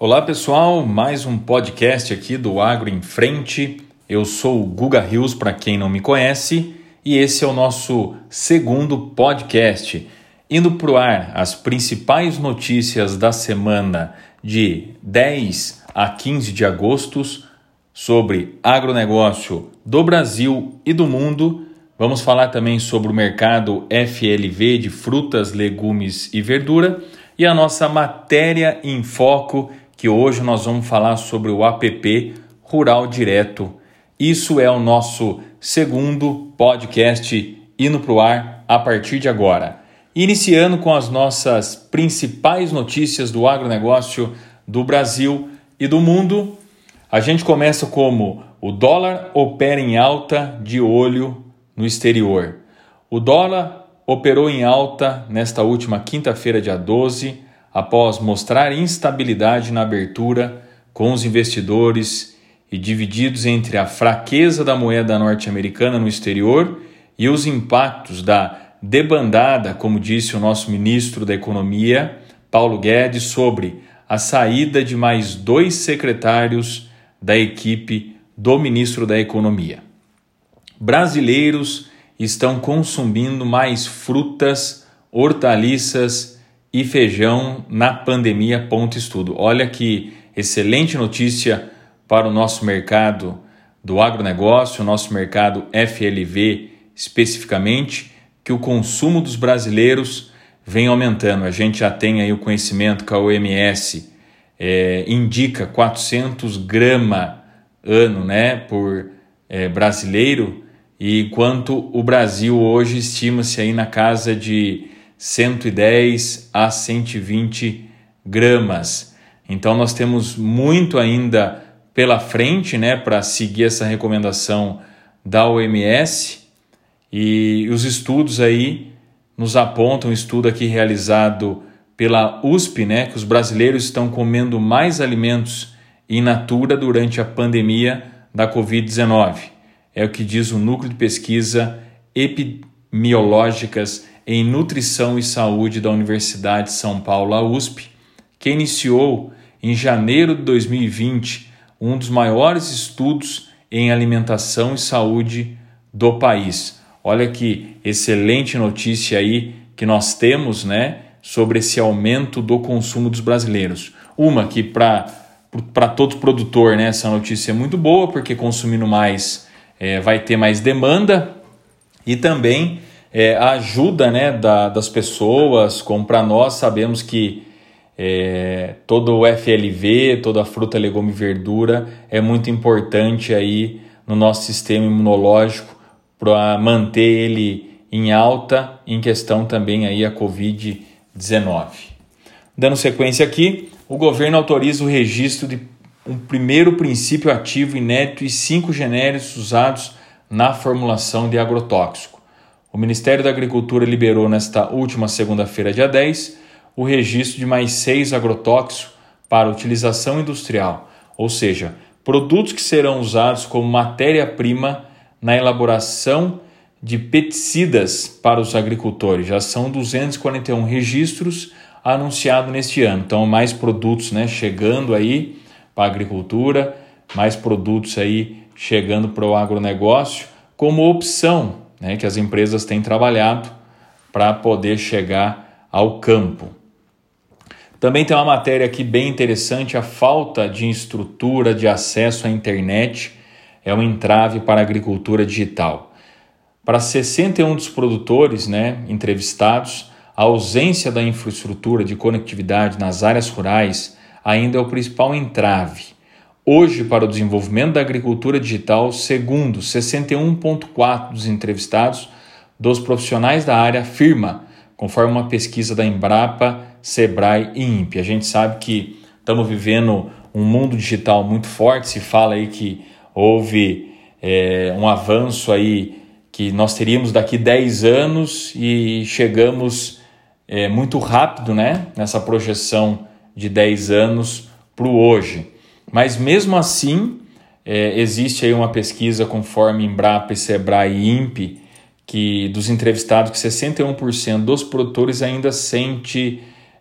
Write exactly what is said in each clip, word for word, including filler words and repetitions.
Olá pessoal, mais um podcast aqui do Agro em Frente. Eu sou o Guga Rios, para quem não me conhece, e esse é o nosso segundo podcast, indo para o ar as principais notícias da semana de dez a quinze de agosto sobre agronegócio do Brasil e do mundo. Vamos falar também sobre o mercado F L V de frutas, legumes e verdura e a nossa matéria em foco, que hoje nós vamos falar sobre o app Rural Direto. Isso é o nosso segundo podcast indo para o ar a partir de agora. Iniciando com as nossas principais notícias do agronegócio do Brasil e do mundo, a gente começa como o dólar opera em alta de olho no exterior. O dólar operou em alta nesta última quinta-feira, dia doze, após mostrar instabilidade na abertura com os investidores e divididos entre a fraqueza da moeda norte-americana no exterior e os impactos da debandada, como disse o nosso ministro da Economia, Paulo Guedes, sobre a saída de mais dois secretários da equipe do ministro da Economia. Brasileiros estão consumindo mais frutas, hortaliças e feijão na pandemia, ponto estudo. Olha que excelente notícia para o nosso mercado do agronegócio, o nosso mercado F L V especificamente, que o consumo dos brasileiros vem aumentando. A gente já tem aí o conhecimento que a O M S é, indica quatrocentos gramas ano, né, por é, brasileiro, e enquanto o Brasil hoje estima-se aí na casa de cento e dez a cento e vinte gramas. Então nós temos muito ainda pela frente, né, para seguir essa recomendação da O M S, e os estudos aí nos apontam, um estudo aqui realizado pela U S P, né, que os brasileiros estão comendo mais alimentos in natura durante a pandemia da covid dezenove. É o que diz o Núcleo de Pesquisa Epidemiológicas em Nutrição e Saúde da Universidade de São Paulo, a U S P, que iniciou em janeiro de dois mil e vinte um dos maiores estudos em alimentação e saúde do país. Olha que excelente notícia aí que nós temos, né, sobre esse aumento do consumo dos brasileiros. Uma que para para todo produtor, né, essa notícia é muito boa, porque consumindo mais é, vai ter mais demanda, e também é, a ajuda, né, da, das pessoas, como para nós sabemos que é, todo o F L V, toda a fruta, legume e verdura é muito importante aí no nosso sistema imunológico para manter ele em alta, em questão também aí a covid dezenove. Dando sequência aqui, o governo autoriza o registro de um primeiro princípio ativo inédito e cinco genéricos usados na formulação de agrotóxico. O Ministério da Agricultura liberou nesta última segunda-feira, dia dez, o registro de mais seis agrotóxicos para utilização industrial, ou seja, produtos que serão usados como matéria-prima na elaboração de pesticidas para os agricultores. Já são duzentos e quarenta e um registros anunciados neste ano. Então, mais produtos, né, chegando aí para a agricultura, mais produtos aí chegando para o agronegócio como opção, né, que as empresas têm trabalhado para poder chegar ao campo. Também tem uma matéria aqui bem interessante: a falta de estrutura de acesso à internet é um entrave para a agricultura digital. Para sessenta e um dos produtores, né, entrevistados, a ausência da infraestrutura de conectividade nas áreas rurais ainda é o principal entrave. Hoje, para o desenvolvimento da agricultura digital, segundo sessenta e um vírgula quatro por cento dos entrevistados, dos profissionais da área afirma, conforme uma pesquisa da Embrapa, Sebrae e INPE. A gente sabe que estamos vivendo um mundo digital muito forte. Se fala aí que houve é, um avanço aí que nós teríamos daqui dez anos e chegamos é, muito rápido, né, nessa projeção de dez anos para o hoje. Mas mesmo assim, é, existe aí uma pesquisa conforme Embrapa, Sebrae e INPE, que dos entrevistados, que sessenta e um por cento dos produtores ainda sente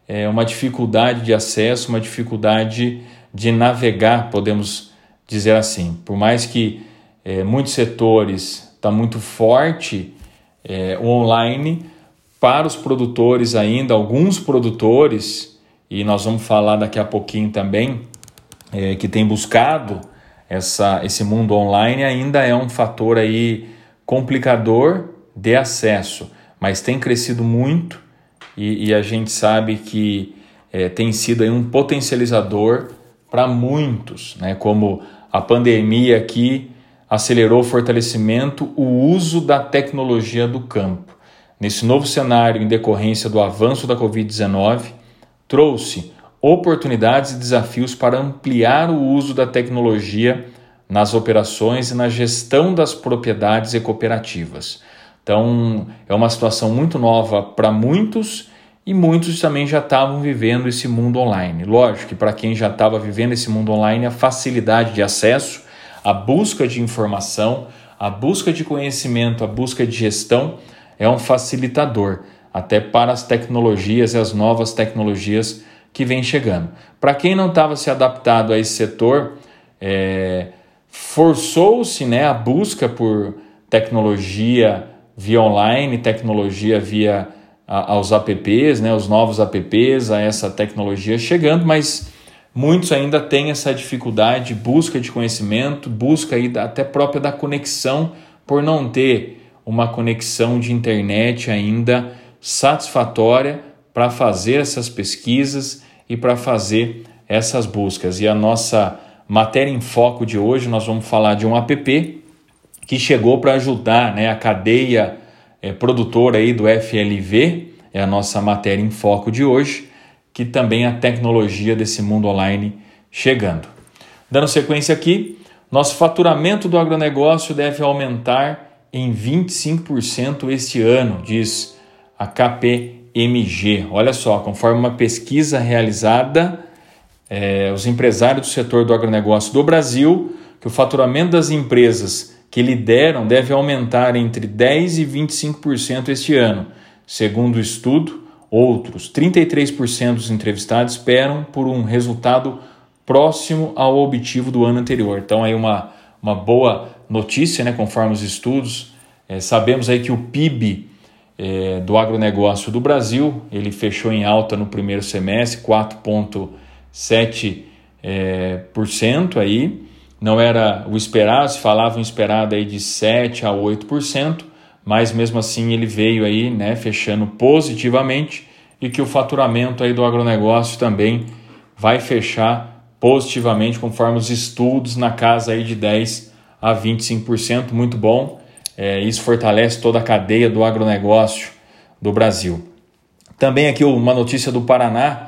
é, uma dificuldade de acesso, uma dificuldade de navegar, podemos dizer assim. Por mais que é, muitos setores está muito forte é, o online, para os produtores ainda, alguns produtores, e nós vamos falar daqui a pouquinho também, é, que tem buscado essa, esse mundo online, ainda é um fator aí complicador de acesso, mas tem crescido muito e, e a gente sabe que é, tem sido aí um potencializador para muitos, né? Como a pandemia aqui acelerou o fortalecimento, o uso da tecnologia do campo. Nesse novo cenário, em decorrência do avanço da covid dezenove, trouxe oportunidades e desafios para ampliar o uso da tecnologia nas operações e na gestão das propriedades e cooperativas. Então, é uma situação muito nova para muitos e muitos também já estavam vivendo esse mundo online. Lógico que para quem já estava vivendo esse mundo online, a facilidade de acesso, a busca de informação, a busca de conhecimento, a busca de gestão é um facilitador até para as tecnologias e as novas tecnologias que vêm chegando. Para quem não estava se adaptado a esse setor, é, forçou-se, né, a busca por tecnologia via online, tecnologia via a, aos apps, né, os novos apps, a essa tecnologia chegando, mas muitos ainda têm essa dificuldade, busca de conhecimento, busca aí até própria da conexão, por não ter uma conexão de internet ainda satisfatória para fazer essas pesquisas e para fazer essas buscas. E a nossa matéria em foco de hoje, nós vamos falar de um app que chegou para ajudar, né, a cadeia é, produtora aí do F L V, é a nossa matéria em foco de hoje, que também é a tecnologia desse mundo online chegando. Dando sequência aqui, nosso faturamento do agronegócio deve aumentar em vinte e cinco por cento este ano, diz a K P M G. Olha só, conforme uma pesquisa realizada, eh, os empresários do setor do agronegócio do Brasil, que o faturamento das empresas que lideram deve aumentar entre dez por cento e vinte e cinco por cento este ano. Segundo o estudo, outros trinta e três por cento dos entrevistados esperam por um resultado próximo ao objetivo do ano anterior. Então, aí uma, uma boa notícia, né, conforme os estudos. É, sabemos aí que o P I B é, do agronegócio do Brasil, ele fechou em alta no primeiro semestre, quatro vírgula sete por cento, é, aí. Não era o esperado, se falava um esperado aí de sete a oito por cento, mas mesmo assim ele veio aí, né, fechando positivamente, e que o faturamento aí do agronegócio também vai fechar positivamente, conforme os estudos, na casa aí de dez a vinte e cinco por cento, muito bom. É, isso fortalece toda a cadeia do agronegócio do Brasil. Também aqui uma notícia do Paraná,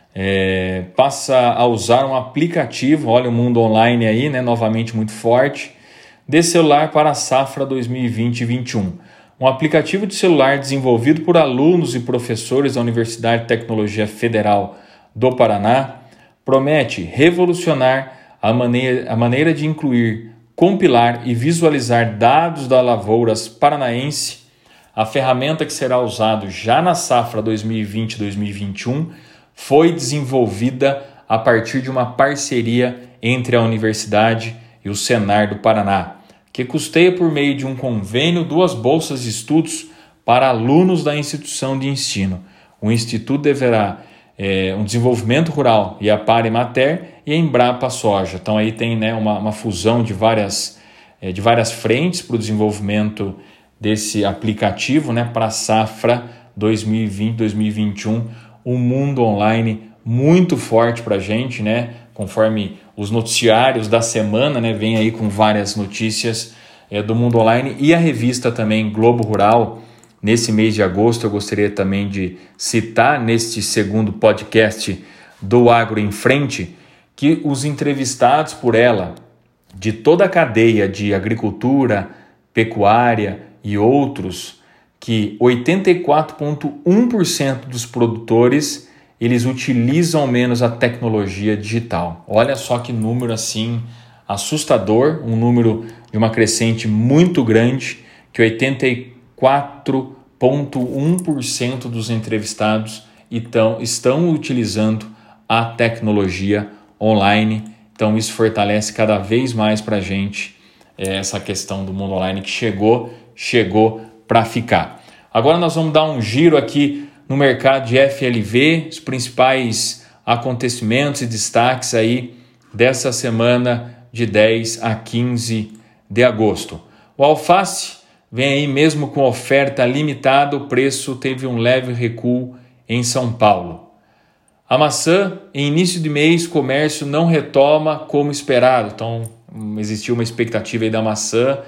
é, passa a usar um aplicativo, olha o mundo online aí, né, novamente muito forte, de celular para a safra dois mil e vinte e vinte e um. Um aplicativo de celular desenvolvido por alunos e professores da Universidade de Tecnologia Federal do Paraná promete revolucionar a maneira, a maneira de incluir, compilar e visualizar dados da lavouras paranaense. A ferramenta que será usada já na safra dois mil e vinte e dois mil e vinte e um foi desenvolvida a partir de uma parceria entre a Universidade e o Senar do Paraná, que custeia por meio de um convênio duas bolsas de estudos para alunos da instituição de ensino. O Instituto deverá é, um desenvolvimento rural e a Par Emater e a Embrapa Soja. Então aí tem, né, uma, uma fusão de várias, é, de várias frentes para o desenvolvimento desse aplicativo, né, para a safra dois mil e vinte, dois mil e vinte e um, um mundo online muito forte para a gente, né, conforme os noticiários da semana, né, vem aí com várias notícias é, do mundo online, e a revista também Globo Rural. Nesse mês de agosto eu gostaria também de citar neste segundo podcast do Agro em Frente, que os entrevistados por ela, de toda a cadeia de agricultura, pecuária e outros, que oitenta e quatro vírgula um por cento dos produtores eles utilizam ao menos a tecnologia digital. Olha só que número assim assustador, um número de uma crescente muito grande, que oitenta e quatro vírgula um por cento dos entrevistados e tão, estão utilizando a tecnologia online. Então isso fortalece cada vez mais para a gente é, essa questão do mundo online que chegou, chegou para ficar. Agora nós vamos dar um giro aqui no mercado de F L V, os principais acontecimentos e destaques aí dessa semana de dez a quinze de agosto. O alface vem aí mesmo com oferta limitada, o preço teve um leve recuo em São Paulo. A maçã, em início de mês, comércio não retoma como esperado. Então, existiu uma expectativa aí da maçã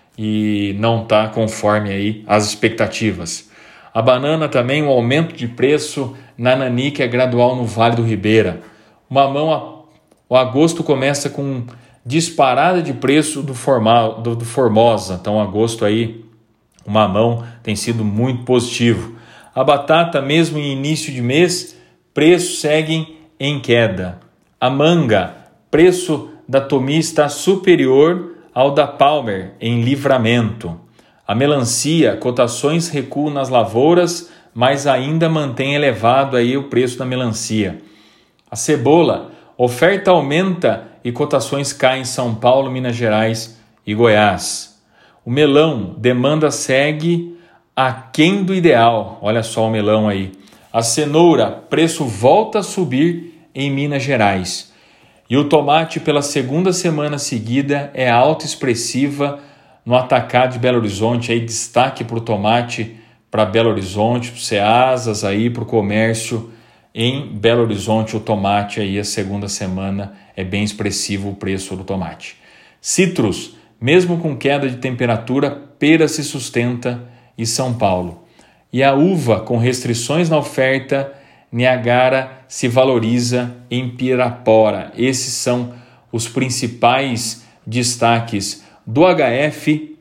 e não está conforme aí as expectativas. A banana também, um aumento de preço na Nanique é gradual no Vale do Ribeira. O mamão, o agosto começa com disparada de preço do, formal, do, do Formosa. Então, agosto aí, o mamão tem sido muito positivo. A batata, mesmo em início de mês, preços seguem em queda. A manga, preço da Tomi está superior ao da Palmer em Livramento. A melancia, cotações recuam nas lavouras, mas ainda mantém elevado aí o preço da melancia. A cebola, oferta aumenta e cotações caem em São Paulo, Minas Gerais e Goiás. O melão, demanda segue aquém do ideal. Olha só o melão aí. A cenoura, preço volta a subir em Minas Gerais. E o tomate, pela segunda semana seguida, é alta expressiva no atacado de Belo Horizonte. Aí destaque para o tomate para Belo Horizonte, para o Ceasas, aí para o comércio em Belo Horizonte. O tomate aí a segunda semana é bem expressivo o preço do tomate. Citros, mesmo com queda de temperatura, pera se sustenta em São Paulo. E a uva, com restrições na oferta, Niagara se valoriza em Pirapora. Esses são os principais destaques do H F.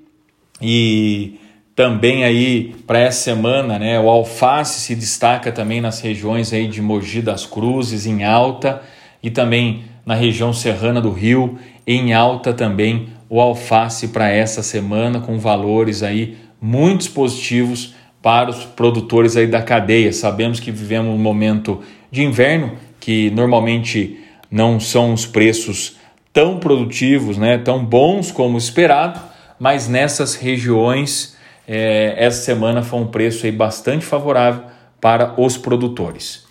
E também aí para essa semana, né, o alface se destaca também nas regiões aí de Mogi das Cruzes em alta e também na região serrana do Rio em alta também o alface para essa semana com valores aí muito positivos para os produtores aí da cadeia. Sabemos que vivemos um momento de inverno, que normalmente não são os preços tão produtivos, né, tão bons como esperado, mas nessas regiões, é, essa semana foi um preço aí bastante favorável para os produtores.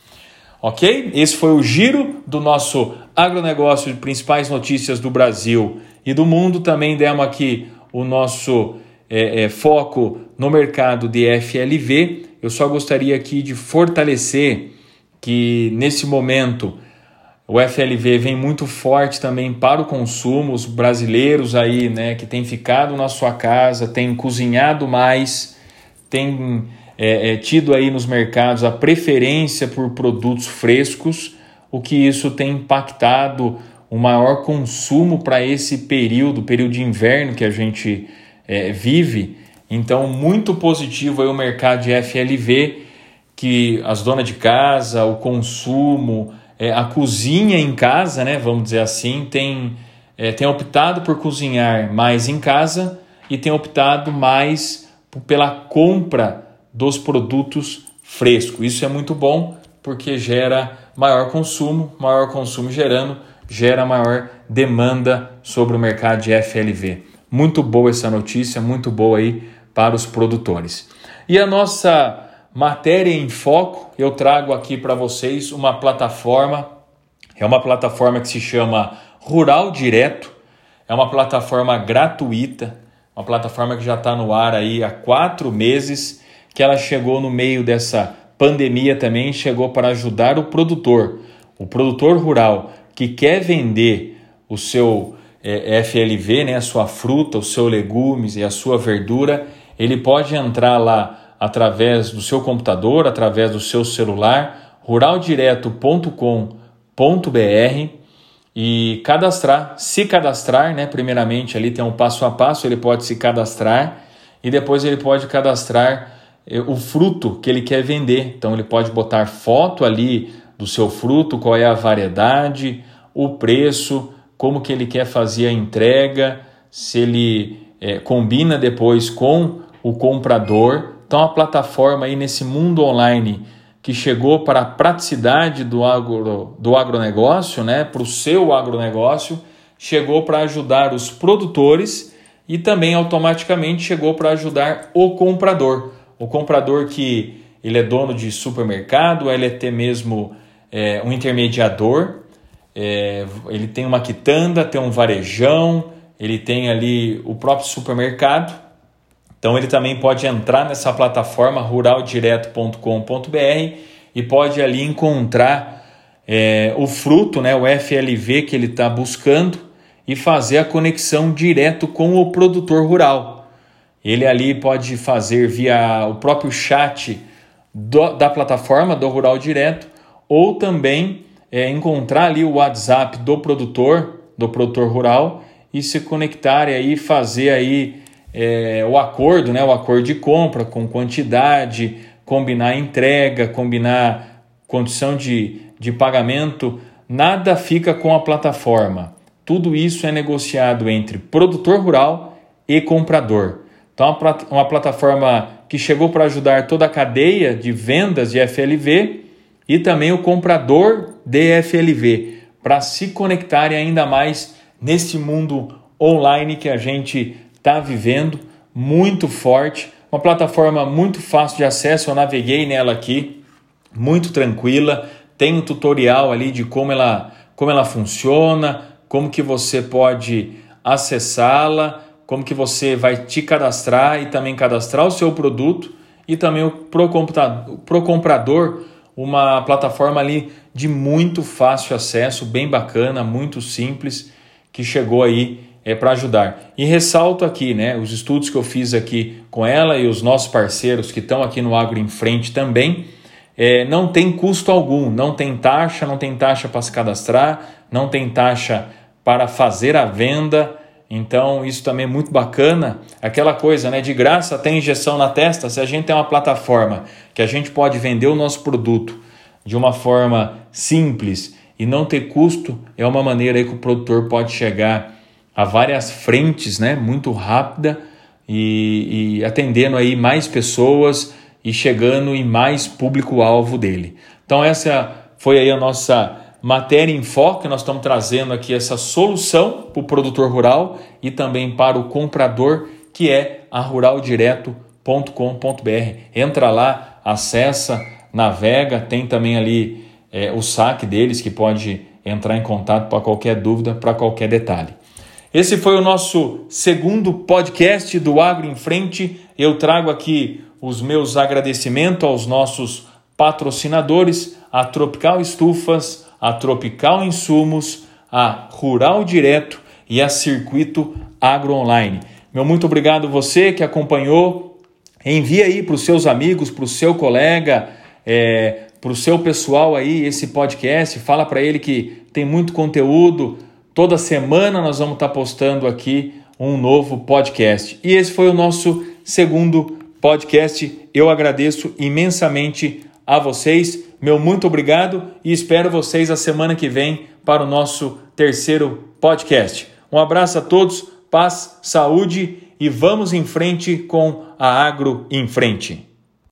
Ok? Esse foi o giro do nosso agronegócio de principais notícias do Brasil e do mundo. Também demos aqui o nosso É, é, foco no mercado de F L V. Eu só gostaria aqui de fortalecer que nesse momento o F L V vem muito forte também para o consumo. Os brasileiros aí, né, que têm ficado na sua casa, têm cozinhado mais, têm é, é, tido aí nos mercados a preferência por produtos frescos, o que isso tem impactado o maior consumo para esse período, período de inverno que a gente É, vive. Então, muito positivo aí o mercado de F L V, que as donas de casa, o consumo, é, a cozinha em casa, né, vamos dizer assim, tem, é, tem optado por cozinhar mais em casa e tem optado mais pela compra dos produtos frescos. Isso é muito bom porque gera maior consumo, maior consumo gerando, gera maior demanda sobre o mercado de F L V. Muito boa essa notícia, muito boa aí para os produtores. E a nossa matéria em foco, eu trago aqui para vocês uma plataforma, é uma plataforma que se chama Rural Direto, é uma plataforma gratuita, uma plataforma que já está no ar aí há quatro meses, que ela chegou no meio dessa pandemia também, chegou para ajudar o produtor, o produtor rural que quer vender o seu É, F L V, né, a sua fruta, o seu legumes e a sua verdura, ele pode entrar lá através do seu computador, através do seu celular, rural direto ponto com ponto b r e cadastrar, se cadastrar, né, primeiramente ali tem um passo a passo, ele pode se cadastrar e depois ele pode cadastrar eh, o fruto que ele quer vender. Então ele pode botar foto ali do seu fruto, qual é a variedade, o preço, como que ele quer fazer a entrega, se ele é, combina depois com o comprador. Então a plataforma aí nesse mundo online que chegou para a praticidade do, agro, do agronegócio, né, para o seu agronegócio, chegou para ajudar os produtores e também automaticamente chegou para ajudar o comprador. O comprador que ele é dono de supermercado, ele é até mesmo é, um intermediador, é, ele tem uma quitanda, tem um varejão, ele tem ali o próprio supermercado. Então ele também pode entrar nessa plataforma rural direto ponto com ponto b r e pode ali encontrar é, o fruto, né, o F L V que ele está buscando e fazer a conexão direto com o produtor rural. Ele ali pode fazer via o próprio chat do, da plataforma do Rural Direto ou também é, encontrar ali o WhatsApp do produtor, do produtor rural e se conectar e aí fazer aí É, o acordo, né, o acordo de compra com quantidade, combinar a entrega, combinar condição de, de pagamento, nada fica com a plataforma. Tudo isso é negociado entre produtor rural e comprador. Então, é uma plataforma que chegou para ajudar toda a cadeia de vendas de F L V e também o comprador de F L V, para se conectarem ainda mais nesse mundo online que a gente está vivendo, muito forte, uma plataforma muito fácil de acesso, eu naveguei nela aqui, muito tranquila, tem um tutorial ali de como ela, como ela funciona, como que você pode acessá-la, como que você vai te cadastrar e também cadastrar o seu produto e também para o comprador, uma plataforma ali de muito fácil acesso, bem bacana, muito simples, que chegou aí é para ajudar. E ressalto aqui, né, os estudos que eu fiz aqui com ela e os nossos parceiros que estão aqui no Agro em Frente também, é, não tem custo algum, não tem taxa, não tem taxa para se cadastrar, não tem taxa para fazer a venda, então isso também é muito bacana. Aquela coisa, né, de graça tem injeção na testa. Se a gente tem uma plataforma que a gente pode vender o nosso produto de uma forma simples e não ter custo, é uma maneira aí que o produtor pode chegar a várias frentes, né, muito rápida e, e atendendo aí mais pessoas e chegando em mais público-alvo dele. Então essa foi aí a nossa matéria em foco, que nós estamos trazendo aqui essa solução para o produtor rural e também para o comprador, que é a rural direto ponto com ponto b r. Entra lá, acessa, navega, tem também ali é, o saque deles que pode entrar em contato para qualquer dúvida, para qualquer detalhe. Esse foi o nosso segundo podcast do Agro em Frente. Eu trago aqui os meus agradecimentos aos nossos patrocinadores, a Tropical Estufas, a Tropical Insumos, a Rural Direto e a Circuito Agro Online. Meu muito obrigado você que acompanhou. Envie aí para os seus amigos, para o seu colega, é, para o seu pessoal aí esse podcast. Fala para ele que tem muito conteúdo. Toda semana nós vamos estar postando aqui um novo podcast. E esse foi o nosso segundo podcast. Eu agradeço imensamente a vocês. Meu muito obrigado e espero vocês a semana que vem para o nosso terceiro podcast. Um abraço a todos, paz, saúde e vamos em frente com a Agro em Frente.